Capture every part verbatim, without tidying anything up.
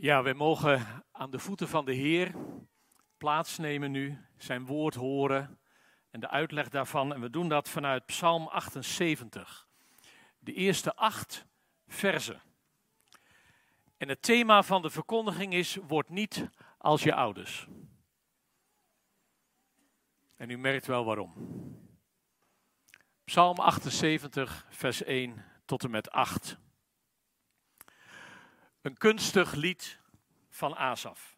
Ja, we mogen aan de voeten van de Heer plaatsnemen nu, zijn woord horen en de uitleg daarvan. En we doen dat vanuit Psalm achtenzeventig, de eerste acht verzen. En het thema van de verkondiging is, word niet als je ouders. En u merkt wel waarom. Psalm achtenzeventig, vers één tot en met acht. Een kunstig lied van Asaf.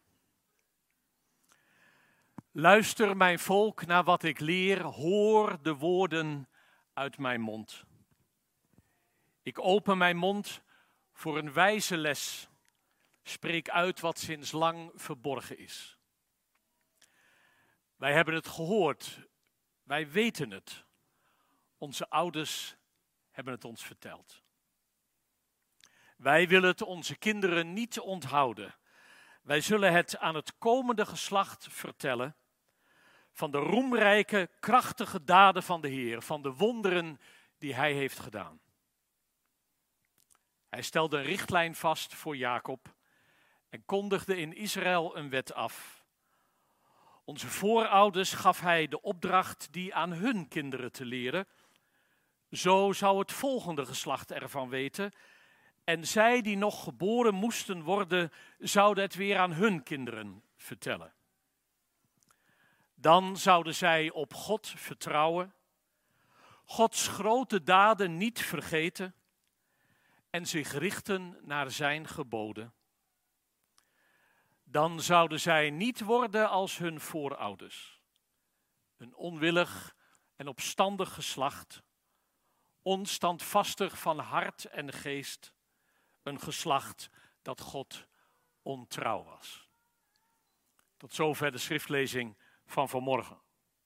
Luister mijn volk naar wat ik leer, hoor de woorden uit mijn mond. Ik open mijn mond voor een wijze les, spreek uit wat sinds lang verborgen is. Wij hebben het gehoord, wij weten het. Onze ouders hebben het ons verteld. Wij willen het onze kinderen niet onthouden. Wij zullen het aan het komende geslacht vertellen van de roemrijke, krachtige daden van de Heer, van de wonderen die Hij heeft gedaan. Hij stelde een richtlijn vast voor Jacob en kondigde in Israël een wet af. Onze voorouders gaf Hij de opdracht die aan hun kinderen te leren. Zo zou het volgende geslacht ervan weten. En zij die nog geboren moesten worden, zouden het weer aan hun kinderen vertellen. Dan zouden zij op God vertrouwen, Gods grote daden niet vergeten en zich richten naar zijn geboden. Dan zouden zij niet worden als hun voorouders, een onwillig en opstandig geslacht, onstandvastig van hart en geest, een geslacht dat God ontrouw was. Tot zover de schriftlezing van vanmorgen.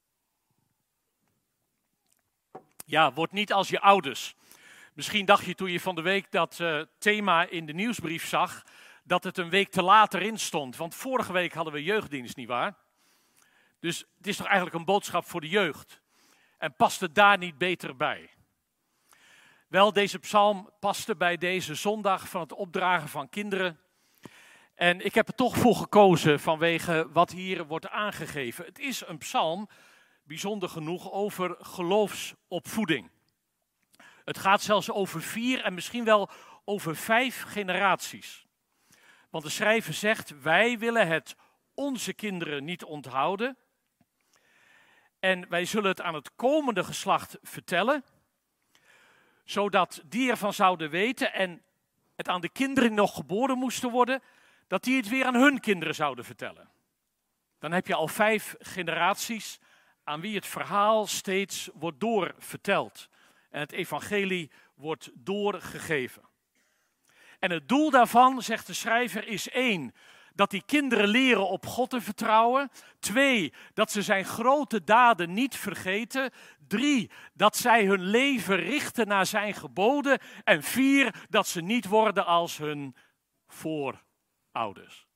Ja, word niet als je ouders. Misschien dacht je toen je van de week dat uh, thema in de nieuwsbrief zag, dat het een week te laat erin stond. Want vorige week hadden we jeugddienst, nietwaar? Dus het is toch eigenlijk een boodschap voor de jeugd. En past het daar niet beter bij? Wel, deze psalm paste bij deze zondag van het opdragen van kinderen. En ik heb er toch voor gekozen vanwege wat hier wordt aangegeven. Het is een psalm, bijzonder genoeg, over geloofsopvoeding. Het gaat zelfs over vier en misschien wel over vijf generaties. Want de schrijver zegt, wij willen het onze kinderen niet onthouden. En wij zullen het aan het komende geslacht vertellen, zodat die ervan zouden weten en het aan de kinderen die nog geboren moesten worden, dat die het weer aan hun kinderen zouden vertellen. Dan heb je al vijf generaties aan wie het verhaal steeds wordt doorverteld. En het evangelie wordt doorgegeven. En het doel daarvan, zegt de schrijver, is één, dat die kinderen leren op God te vertrouwen. Twee, dat ze zijn grote daden niet vergeten. Drie, dat zij hun leven richten naar zijn geboden. En vier, dat ze niet worden als hun voorouders.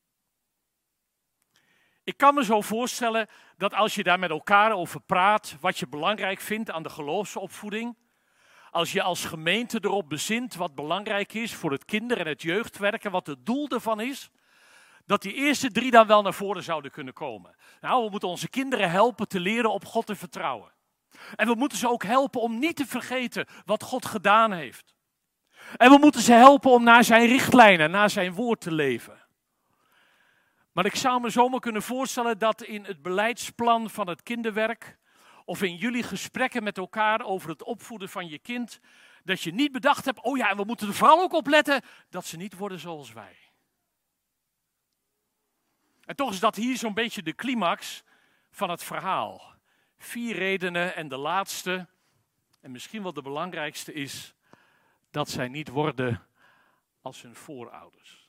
Ik kan me zo voorstellen dat als je daar met elkaar over praat, wat je belangrijk vindt aan de geloofsopvoeding, als je als gemeente erop bezint wat belangrijk is voor het kinder- en het jeugdwerk en wat het doel ervan is, dat die eerste drie dan wel naar voren zouden kunnen komen. Nou, we moeten onze kinderen helpen te leren op God te vertrouwen. En we moeten ze ook helpen om niet te vergeten wat God gedaan heeft. En we moeten ze helpen om naar zijn richtlijnen, naar zijn woord te leven. Maar ik zou me zomaar kunnen voorstellen dat in het beleidsplan van het kinderwerk, of in jullie gesprekken met elkaar over het opvoeden van je kind, dat je niet bedacht hebt, oh ja, en we moeten er vooral ook op letten dat ze niet worden zoals wij. En toch is dat hier zo'n beetje de climax van het verhaal. Vier redenen en de laatste, en misschien wel de belangrijkste is, dat zij niet worden als hun voorouders.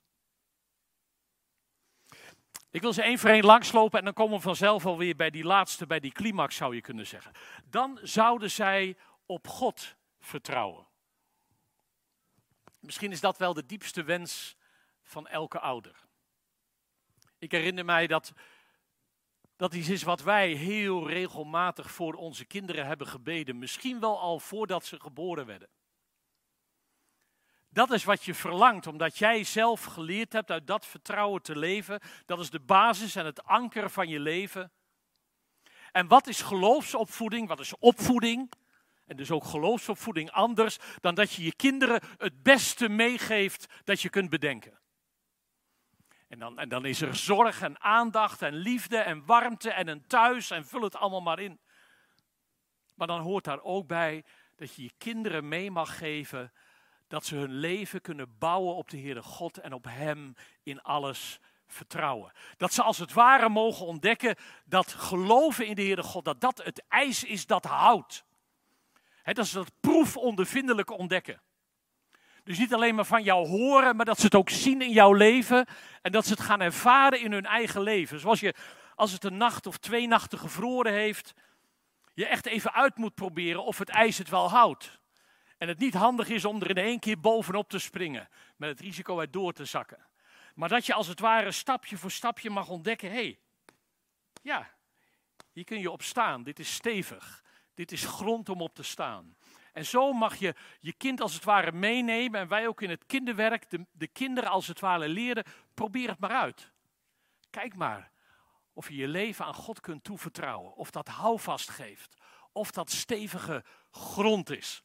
Ik wil ze één voor één langslopen en dan komen we vanzelf alweer bij die laatste, bij die climax zou je kunnen zeggen. Dan zouden zij op God vertrouwen. Misschien is dat wel de diepste wens van elke ouder. Ik herinner mij dat dat iets is wat wij heel regelmatig voor onze kinderen hebben gebeden. Misschien wel al voordat ze geboren werden. Dat is wat je verlangt, omdat jij zelf geleerd hebt uit dat vertrouwen te leven. Dat is de basis en het anker van je leven. En wat is geloofsopvoeding? Wat is opvoeding? En dus ook geloofsopvoeding anders dan dat je je kinderen het beste meegeeft dat je kunt bedenken. En dan, en dan is er zorg en aandacht en liefde en warmte en een thuis en vul het allemaal maar in. Maar dan hoort daar ook bij dat je je kinderen mee mag geven dat ze hun leven kunnen bouwen op de Heere God en op Hem in alles vertrouwen. Dat ze als het ware mogen ontdekken dat geloven in de Heere God, dat dat het ijs is dat houdt. He, dat is dat proefondervindelijke ontdekken. Dus niet alleen maar van jou horen, maar dat ze het ook zien in jouw leven en dat ze het gaan ervaren in hun eigen leven. Zoals je, als het een nacht of twee nachten gevroren heeft, je echt even uit moet proberen of het ijs het wel houdt. En het niet handig is om er in één keer bovenop te springen, met het risico er door te zakken. Maar dat je als het ware stapje voor stapje mag ontdekken, hé, hey, ja, hier kun je op staan, dit is stevig, dit is grond om op te staan. En zo mag je je kind als het ware meenemen en wij ook in het kinderwerk, de, de kinderen als het ware leren, probeer het maar uit. Kijk maar of je je leven aan God kunt toevertrouwen, of dat houvast geeft, of dat stevige grond is.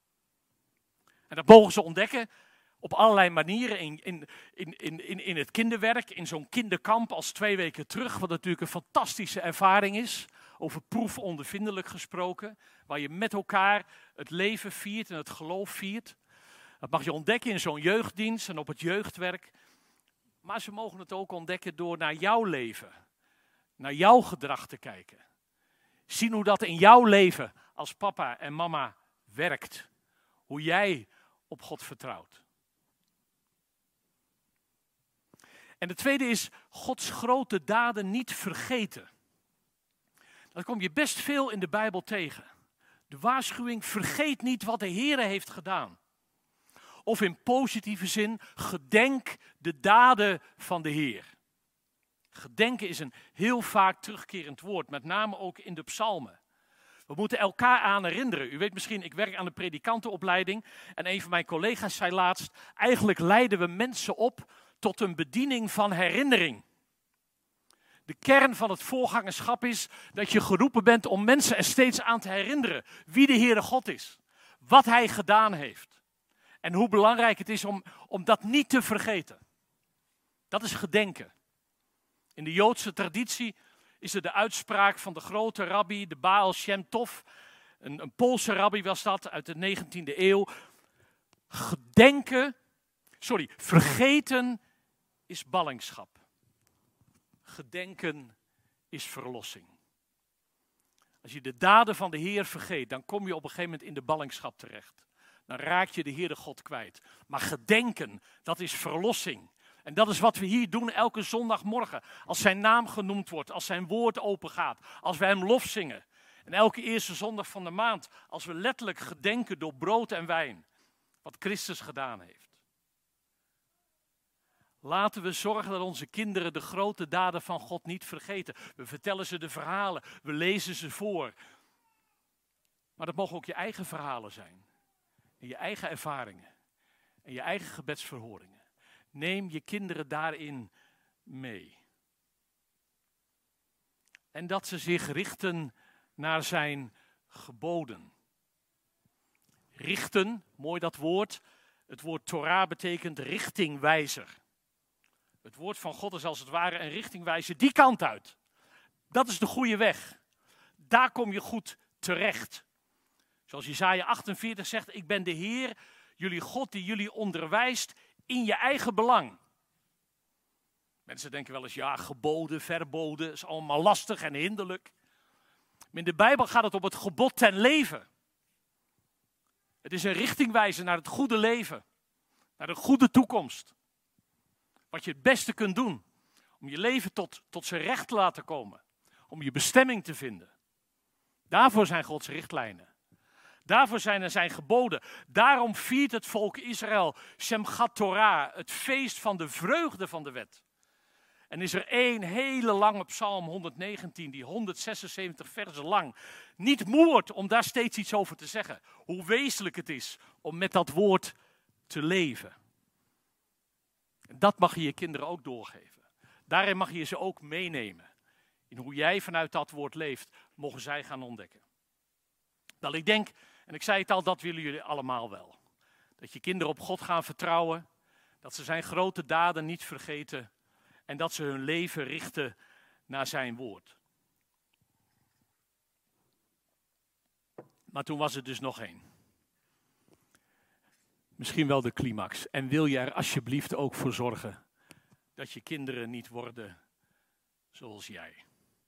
En dat mogen ze ontdekken op allerlei manieren in, in, in, in, in het kinderwerk, in zo'n kinderkamp als twee weken terug, wat natuurlijk een fantastische ervaring is, over proefondervindelijk gesproken, waar je met elkaar het leven viert en het geloof viert. Dat mag je ontdekken in zo'n jeugddienst en op het jeugdwerk, maar ze mogen het ook ontdekken door naar jouw leven, naar jouw gedrag te kijken. Zien hoe dat in jouw leven als papa en mama werkt, hoe jij op God vertrouwt. En de tweede is Gods grote daden niet vergeten. Dat kom je best veel in de Bijbel tegen. De waarschuwing, vergeet niet wat de Heere heeft gedaan. Of in positieve zin, gedenk de daden van de Heer. Gedenken is een heel vaak terugkerend woord, met name ook in de psalmen. We moeten elkaar aan herinneren. U weet misschien, ik werk aan de predikantenopleiding en een van mijn collega's zei laatst, eigenlijk leiden we mensen op tot een bediening van herinnering. De kern van het voorgangerschap is dat je geroepen bent om mensen er steeds aan te herinneren wie de Heere God is. Wat Hij gedaan heeft. En hoe belangrijk het is om, om dat niet te vergeten. Dat is gedenken. In de Joodse traditie is er de uitspraak van de grote rabbi, de Baal Shem Tov. Een, een Poolse rabbi was dat uit de negentiende eeuw. Gedenken, sorry, vergeten is ballingschap. Gedenken is verlossing. Als je de daden van de Heer vergeet, dan kom je op een gegeven moment in de ballingschap terecht. Dan raak je de Heere God kwijt. Maar gedenken, dat is verlossing. En dat is wat we hier doen elke zondagmorgen. Als zijn naam genoemd wordt, als zijn woord opengaat, als wij hem lof zingen. En elke eerste zondag van de maand, als we letterlijk gedenken door brood en wijn. Wat Christus gedaan heeft. Laten we zorgen dat onze kinderen de grote daden van God niet vergeten. We vertellen ze de verhalen, we lezen ze voor. Maar dat mogen ook je eigen verhalen zijn. En je eigen ervaringen. En je eigen gebedsverhoringen. Neem je kinderen daarin mee. En dat ze zich richten naar zijn geboden. Richten, mooi dat woord. Het woord Torah betekent richtingwijzer. Het woord van God is als het ware een richtingwijzer die kant uit. Dat is de goede weg. Daar kom je goed terecht. Zoals Jesaja achtenveertig zegt, ik ben de Heer, jullie God die jullie onderwijst in je eigen belang. Mensen denken wel eens, ja, geboden, verboden, is allemaal lastig en hinderlijk. Maar in de Bijbel gaat het om het gebod ten leven. Het is een richtingwijzer naar het goede leven. Naar de goede toekomst. Wat je het beste kunt doen. Om je leven tot, tot zijn recht te laten komen. Om je bestemming te vinden. Daarvoor zijn Gods richtlijnen. Daarvoor zijn er zijn geboden. Daarom viert het volk Israël Simchat Torah, het feest van de vreugde van de wet. En is er één hele lange psalm honderdnegentien, die honderdzesenzeventig versen lang, niet moe wordt om daar steeds iets over te zeggen. Hoe wezenlijk het is om met dat woord te leven. Dat mag je je kinderen ook doorgeven. Daarin mag je ze ook meenemen. In hoe jij vanuit dat woord leeft, mogen zij gaan ontdekken. Wel, ik denk, en ik zei het al, dat willen jullie allemaal wel. Dat je kinderen op God gaan vertrouwen. Dat ze zijn grote daden niet vergeten. En dat ze hun leven richten naar zijn woord. Maar toen was er dus nog één. Misschien wel de climax. En wil je er alsjeblieft ook voor zorgen dat je kinderen niet worden zoals jij.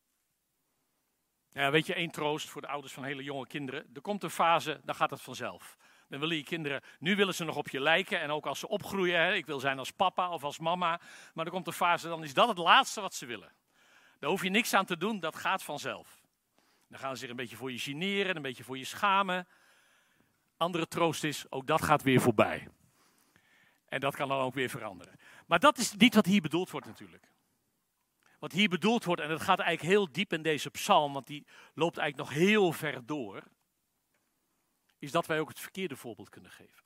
Ja, weet je, één troost voor de ouders van hele jonge kinderen. Er komt een fase, dan gaat het vanzelf. Dan willen je kinderen, nu willen ze nog op je lijken. En ook als ze opgroeien, hè, ik wil zijn als papa of als mama. Maar er komt een fase, dan is dat het laatste wat ze willen. Daar hoef je niks aan te doen, dat gaat vanzelf. Dan gaan ze zich een beetje voor je generen, een beetje voor je schamen. Andere troost is, ook dat gaat weer voorbij. En dat kan dan ook weer veranderen. Maar dat is niet wat hier bedoeld wordt natuurlijk. Wat hier bedoeld wordt, en dat gaat eigenlijk heel diep in deze psalm, want die loopt eigenlijk nog heel ver door, is dat wij ook het verkeerde voorbeeld kunnen geven.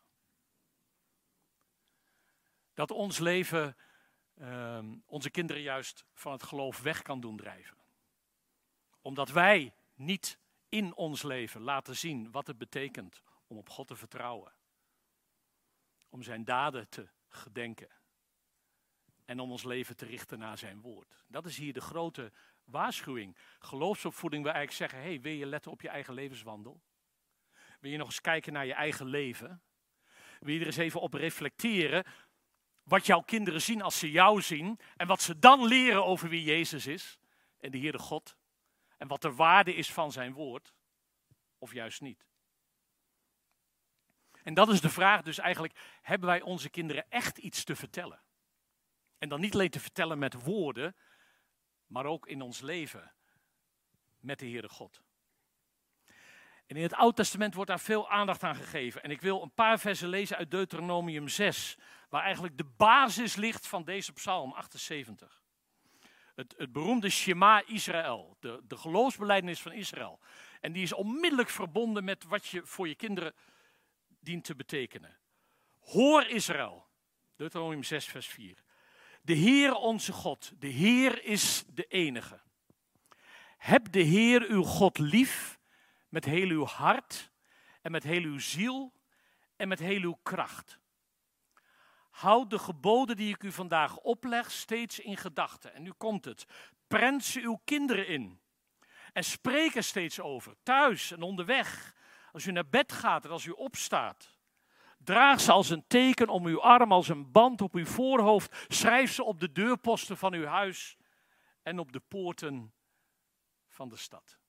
Dat ons leven uh, onze kinderen juist van het geloof weg kan doen drijven. Omdat wij niet in ons leven laten zien wat het betekent om op God te vertrouwen. Om zijn daden te gedenken. En om ons leven te richten naar zijn woord. Dat is hier de grote waarschuwing. Geloofsopvoeding wil eigenlijk zeggen, hey, wil je letten op je eigen levenswandel? Wil je nog eens kijken naar je eigen leven? Wil je er eens even op reflecteren wat jouw kinderen zien als ze jou zien? En wat ze dan leren over wie Jezus is en de Heere God? En wat de waarde is van zijn woord? Of juist niet? En dat is de vraag dus eigenlijk, hebben wij onze kinderen echt iets te vertellen? En dan niet alleen te vertellen met woorden, maar ook in ons leven met de Heere God. En in het Oude Testament wordt daar veel aandacht aan gegeven. En ik wil een paar versen lezen uit Deuteronomium zes, waar eigenlijk de basis ligt van deze psalm achtenzeventig. Het, het beroemde Shema Israël, de, de geloofsbelijdenis van Israël. En die is onmiddellijk verbonden met wat je voor je kinderen dient te betekenen. Hoor Israël, Deuteronomium zes vers vier. De Heer onze God, de Heer is de enige. Heb de Heer uw God lief met heel uw hart en met heel uw ziel en met heel uw kracht. Houd de geboden die ik u vandaag opleg steeds in gedachten. En nu komt het. Prent ze uw kinderen in. En spreek er steeds over, thuis en onderweg. Als u naar bed gaat en als u opstaat. Draag ze als een teken om uw arm, als een band op uw voorhoofd. Schrijf ze op de deurposten van uw huis en op de poorten van de stad.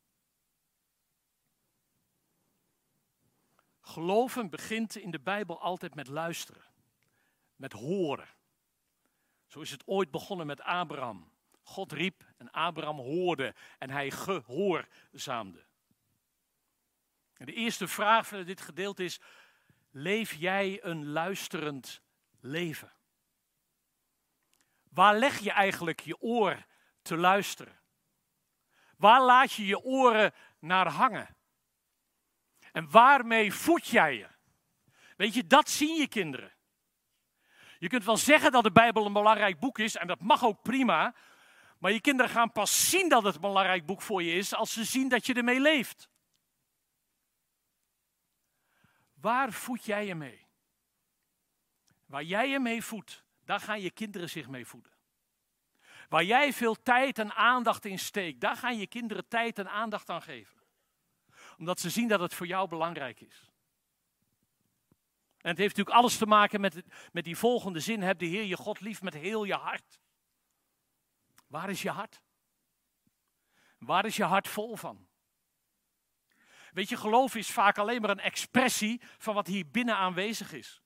Geloven begint in de Bijbel altijd met luisteren, met horen. Zo is het ooit begonnen met Abraham. God riep en Abraham hoorde en hij gehoorzaamde. En de eerste vraag van dit gedeelte is, leef jij een luisterend leven? Waar leg je eigenlijk je oor te luisteren? Waar laat je je oren naar hangen? En waarmee voed jij je? Weet je, dat zien je kinderen. Je kunt wel zeggen dat de Bijbel een belangrijk boek is, en dat mag ook prima. Maar je kinderen gaan pas zien dat het een belangrijk boek voor je is, als ze zien dat je ermee leeft. Waar voed jij je mee? Waar jij je mee voedt, daar gaan je kinderen zich mee voeden. Waar jij veel tijd en aandacht in steekt, daar gaan je kinderen tijd en aandacht aan geven. Omdat ze zien dat het voor jou belangrijk is. En het heeft natuurlijk alles te maken met, met die volgende zin. Heb de Heer je God lief met heel je hart. Waar is je hart? Waar is je hart vol van? Weet je, geloof is vaak alleen maar een expressie van wat hier binnen aanwezig is.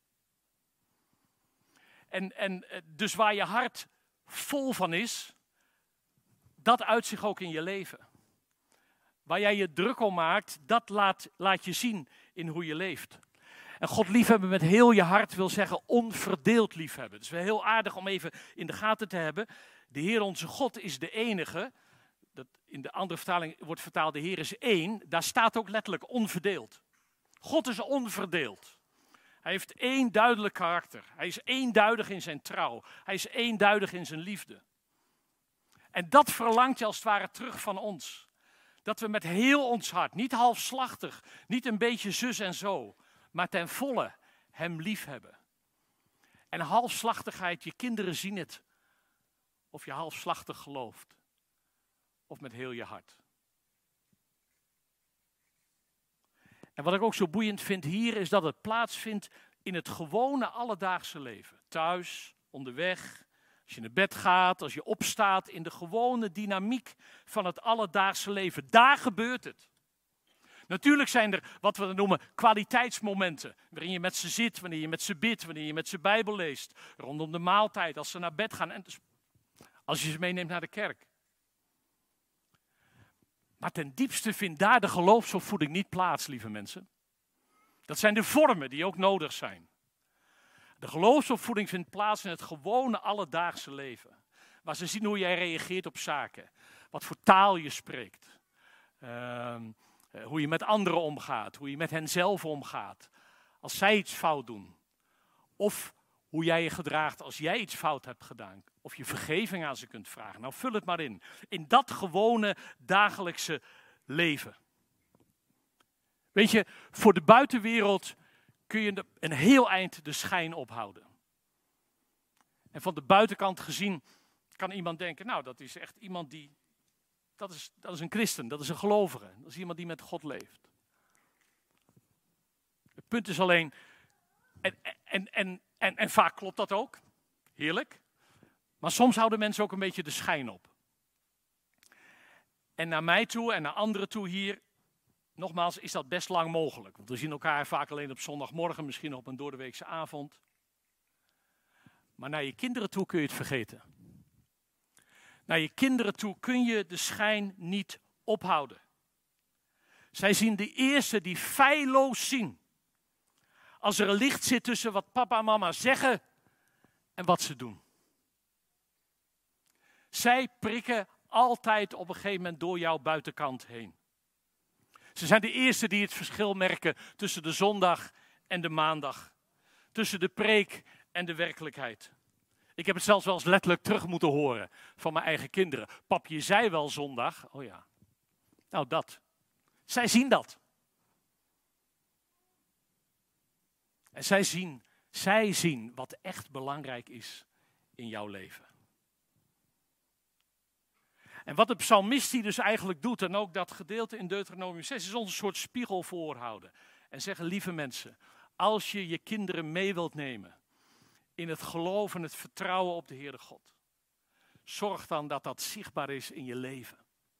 En, en dus waar je hart vol van is, dat uit zich ook in je leven. Waar jij je druk om maakt, dat laat, laat je zien in hoe je leeft. En God liefhebben met heel je hart wil zeggen onverdeeld liefhebben. Het is wel heel aardig om even in de gaten te hebben. De Heer onze God is de enige. Dat in de andere vertaling wordt vertaald de Heer is één. Daar staat ook letterlijk onverdeeld. God is onverdeeld. Hij heeft één duidelijk karakter. Hij is eenduidig in zijn trouw. Hij is eenduidig in zijn liefde. En dat verlangt hij als het ware terug van ons. Dat we met heel ons hart, niet halfslachtig, niet een beetje zus en zo, maar ten volle hem lief hebben. En halfslachtigheid, je kinderen zien het. Of je halfslachtig gelooft. Of met heel je hart. En wat ik ook zo boeiend vind hier is dat het plaatsvindt in het gewone alledaagse leven. Thuis, onderweg, als je naar bed gaat, als je opstaat, in de gewone dynamiek van het alledaagse leven. Daar gebeurt het. Natuurlijk zijn er wat we noemen kwaliteitsmomenten. Waarin je met ze zit, wanneer je met ze bidt, wanneer je met ze Bijbel leest. Rondom de maaltijd, als ze naar bed gaan en als je ze meeneemt naar de kerk. Maar ten diepste vindt daar de geloofsopvoeding niet plaats, lieve mensen. Dat zijn de vormen die ook nodig zijn. De geloofsopvoeding vindt plaats in het gewone alledaagse leven. Waar ze zien hoe jij reageert op zaken. Wat voor taal je spreekt. Uh, hoe je met anderen omgaat. Hoe je met hen zelf omgaat. Als zij iets fout doen. Of hoe jij je gedraagt als jij iets fout hebt gedaan. Of je vergeving aan ze kunt vragen. Nou, vul het maar in. In dat gewone dagelijkse leven. Weet je, voor de buitenwereld kun je een heel eind de schijn ophouden. En van de buitenkant gezien kan iemand denken, nou, dat is echt iemand die, dat is, dat is een christen, dat is een gelovige. Dat is iemand die met God leeft. Het punt is alleen, en, en, en, en, en vaak klopt dat ook, heerlijk. Maar soms houden mensen ook een beetje de schijn op. En naar mij toe en naar anderen toe hier, nogmaals, is dat best lang mogelijk. Want we zien elkaar vaak alleen op zondagmorgen, misschien op een doordeweekse avond. Maar naar je kinderen toe kun je het vergeten. Naar je kinderen toe kun je de schijn niet ophouden. Zij zien de eerste die feilloos zien. Als er een licht zit tussen wat papa en mama zeggen en wat ze doen. Zij prikken altijd op een gegeven moment door jouw buitenkant heen. Ze zijn de eerste die het verschil merken tussen de zondag en de maandag. Tussen de preek en de werkelijkheid. Ik heb het zelfs wel eens letterlijk terug moeten horen van mijn eigen kinderen. Pap, je zei wel zondag. Oh ja. Nou, dat. Zij zien dat. En zij zien, zij zien wat echt belangrijk is in jouw leven. En wat de psalmist hier dus eigenlijk doet, en ook dat gedeelte in Deuteronomium zes, is ons een soort spiegel voorhouden. En zeggen, lieve mensen, als je je kinderen mee wilt nemen in het geloof en het vertrouwen op de Heere God, zorg dan dat dat zichtbaar is in je leven.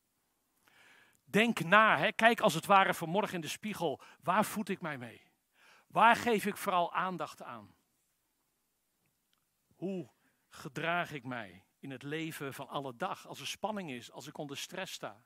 Denk na, hè? Kijk als het ware vanmorgen in de spiegel, waar voed ik mij mee? Waar geef ik vooral aandacht aan? Hoe gedraag ik mij in het leven van alle dag, als er spanning is, als ik onder stress sta?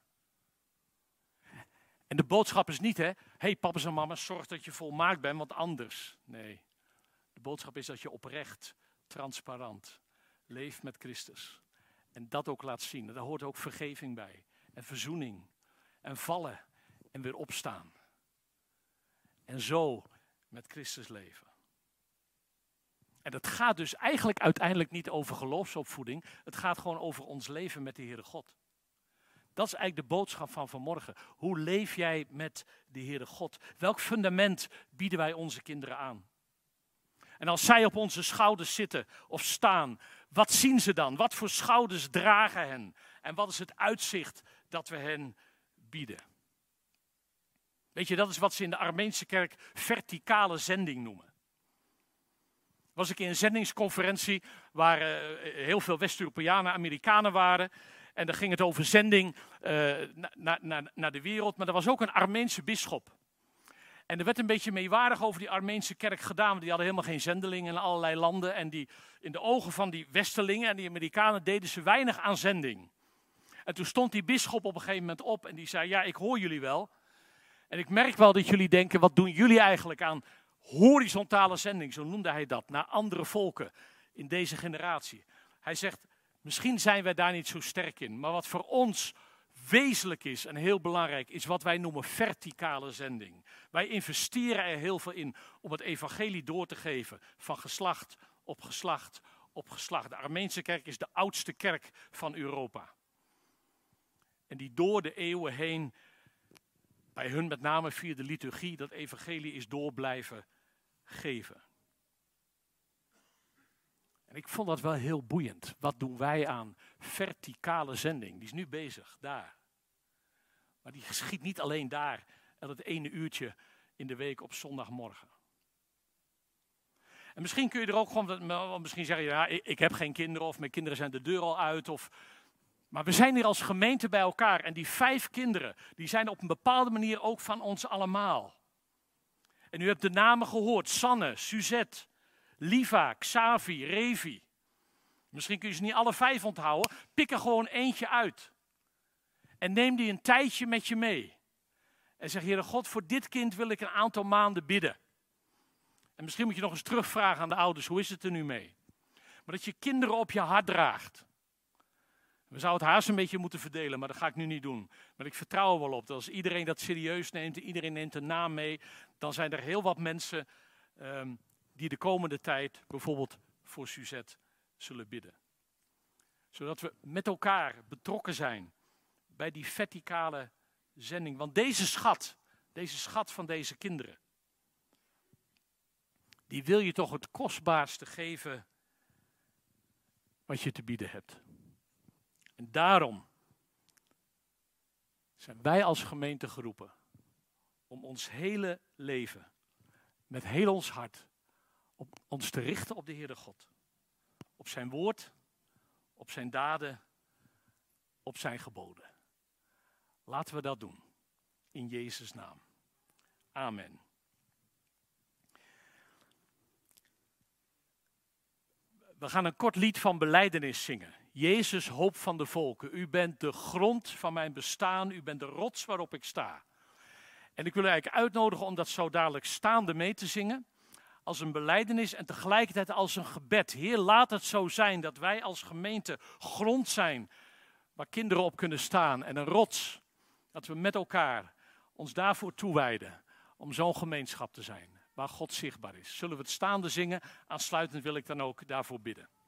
En de boodschap is niet, hè, hey papa's en mama's, zorg dat je volmaakt bent, want anders. Nee, de boodschap is dat je oprecht, transparant leeft met Christus. En dat ook laat zien. En daar hoort ook vergeving bij. En verzoening. En vallen. En weer opstaan. En zo met Christus leven. En dat gaat dus eigenlijk uiteindelijk niet over geloofsopvoeding. Het gaat gewoon over ons leven met de Heere God. Dat is eigenlijk de boodschap van vanmorgen. Hoe leef jij met de Heere God? Welk fundament bieden wij onze kinderen aan? En als zij op onze schouders zitten of staan, wat zien ze dan? Wat voor schouders dragen hen? En wat is het uitzicht dat we hen bieden? Weet je, dat is wat ze in de Armeense kerk verticale zending noemen. Was ik in een zendingsconferentie waar uh, heel veel West-Europeanen, Amerikanen waren. En daar ging het over zending uh, naar na, na, na de wereld. Maar er was ook een Armeense bisschop. En er werd een beetje meewarig over die Armeense kerk gedaan. Want die hadden helemaal geen zendelingen in allerlei landen. En die, in de ogen van die Westerlingen en die Amerikanen deden ze weinig aan zending. En toen stond die bisschop op een gegeven moment op en die zei, ja, ik hoor jullie wel. En ik merk wel dat jullie denken, wat doen jullie eigenlijk aan horizontale zending? Zo noemde hij dat, naar andere volken in deze generatie. Hij zegt, misschien zijn wij daar niet zo sterk in. Maar wat voor ons wezenlijk is en heel belangrijk, is wat wij noemen verticale zending. Wij investeren er heel veel in om het evangelie door te geven van geslacht op geslacht op geslacht. De Armeense kerk is de oudste kerk van Europa. En die door de eeuwen heen, bij hun met name via de liturgie, dat evangelie is door blijven geven. En ik vond dat wel heel boeiend. Wat doen wij aan verticale zending? Die is nu bezig, daar. Maar die geschiet niet alleen daar, en dat ene uurtje in de week op zondagmorgen. En misschien kun je er ook gewoon, misschien zeggen, ja, ik heb geen kinderen of mijn kinderen zijn de deur al uit. Of, maar we zijn hier als gemeente bij elkaar en die vijf kinderen, die zijn op een bepaalde manier ook van ons allemaal. En u hebt de namen gehoord, Sanne, Suzette, Liva, Xavi, Revi. Misschien kun je ze niet alle vijf onthouden, pik er gewoon eentje uit. En neem die een tijdje met je mee. En zeg, Heere God, voor dit kind wil ik een aantal maanden bidden. En misschien moet je nog eens terugvragen aan de ouders, hoe is het er nu mee? Maar dat je kinderen op je hart draagt. We zouden het haast een beetje moeten verdelen, maar dat ga ik nu niet doen. Maar ik vertrouw er wel op dat als iedereen dat serieus neemt en iedereen neemt een naam mee, dan zijn er heel wat mensen um, die de komende tijd bijvoorbeeld voor Suzette zullen bidden. Zodat we met elkaar betrokken zijn bij die verticale zending. Want deze schat, deze schat van deze kinderen, die wil je toch het kostbaarste geven wat je te bieden hebt. En daarom zijn wij als gemeente geroepen om ons hele leven met heel ons hart op ons te richten op de Heere God. Op zijn woord, op zijn daden, op zijn geboden. Laten we dat doen. In Jezus' naam. Amen. We gaan een kort lied van belijdenis zingen. Jezus, hoop van de volken. U bent de grond van mijn bestaan. U bent de rots waarop ik sta. En ik wil u eigenlijk uitnodigen om dat zo dadelijk staande mee te zingen. Als een belijdenis en tegelijkertijd als een gebed. Heer, laat het zo zijn dat wij als gemeente grond zijn waar kinderen op kunnen staan. En een rots, dat we met elkaar ons daarvoor toewijden om zo'n gemeenschap te zijn. Waar God zichtbaar is. Zullen we het staande zingen? Aansluitend wil ik dan ook daarvoor bidden.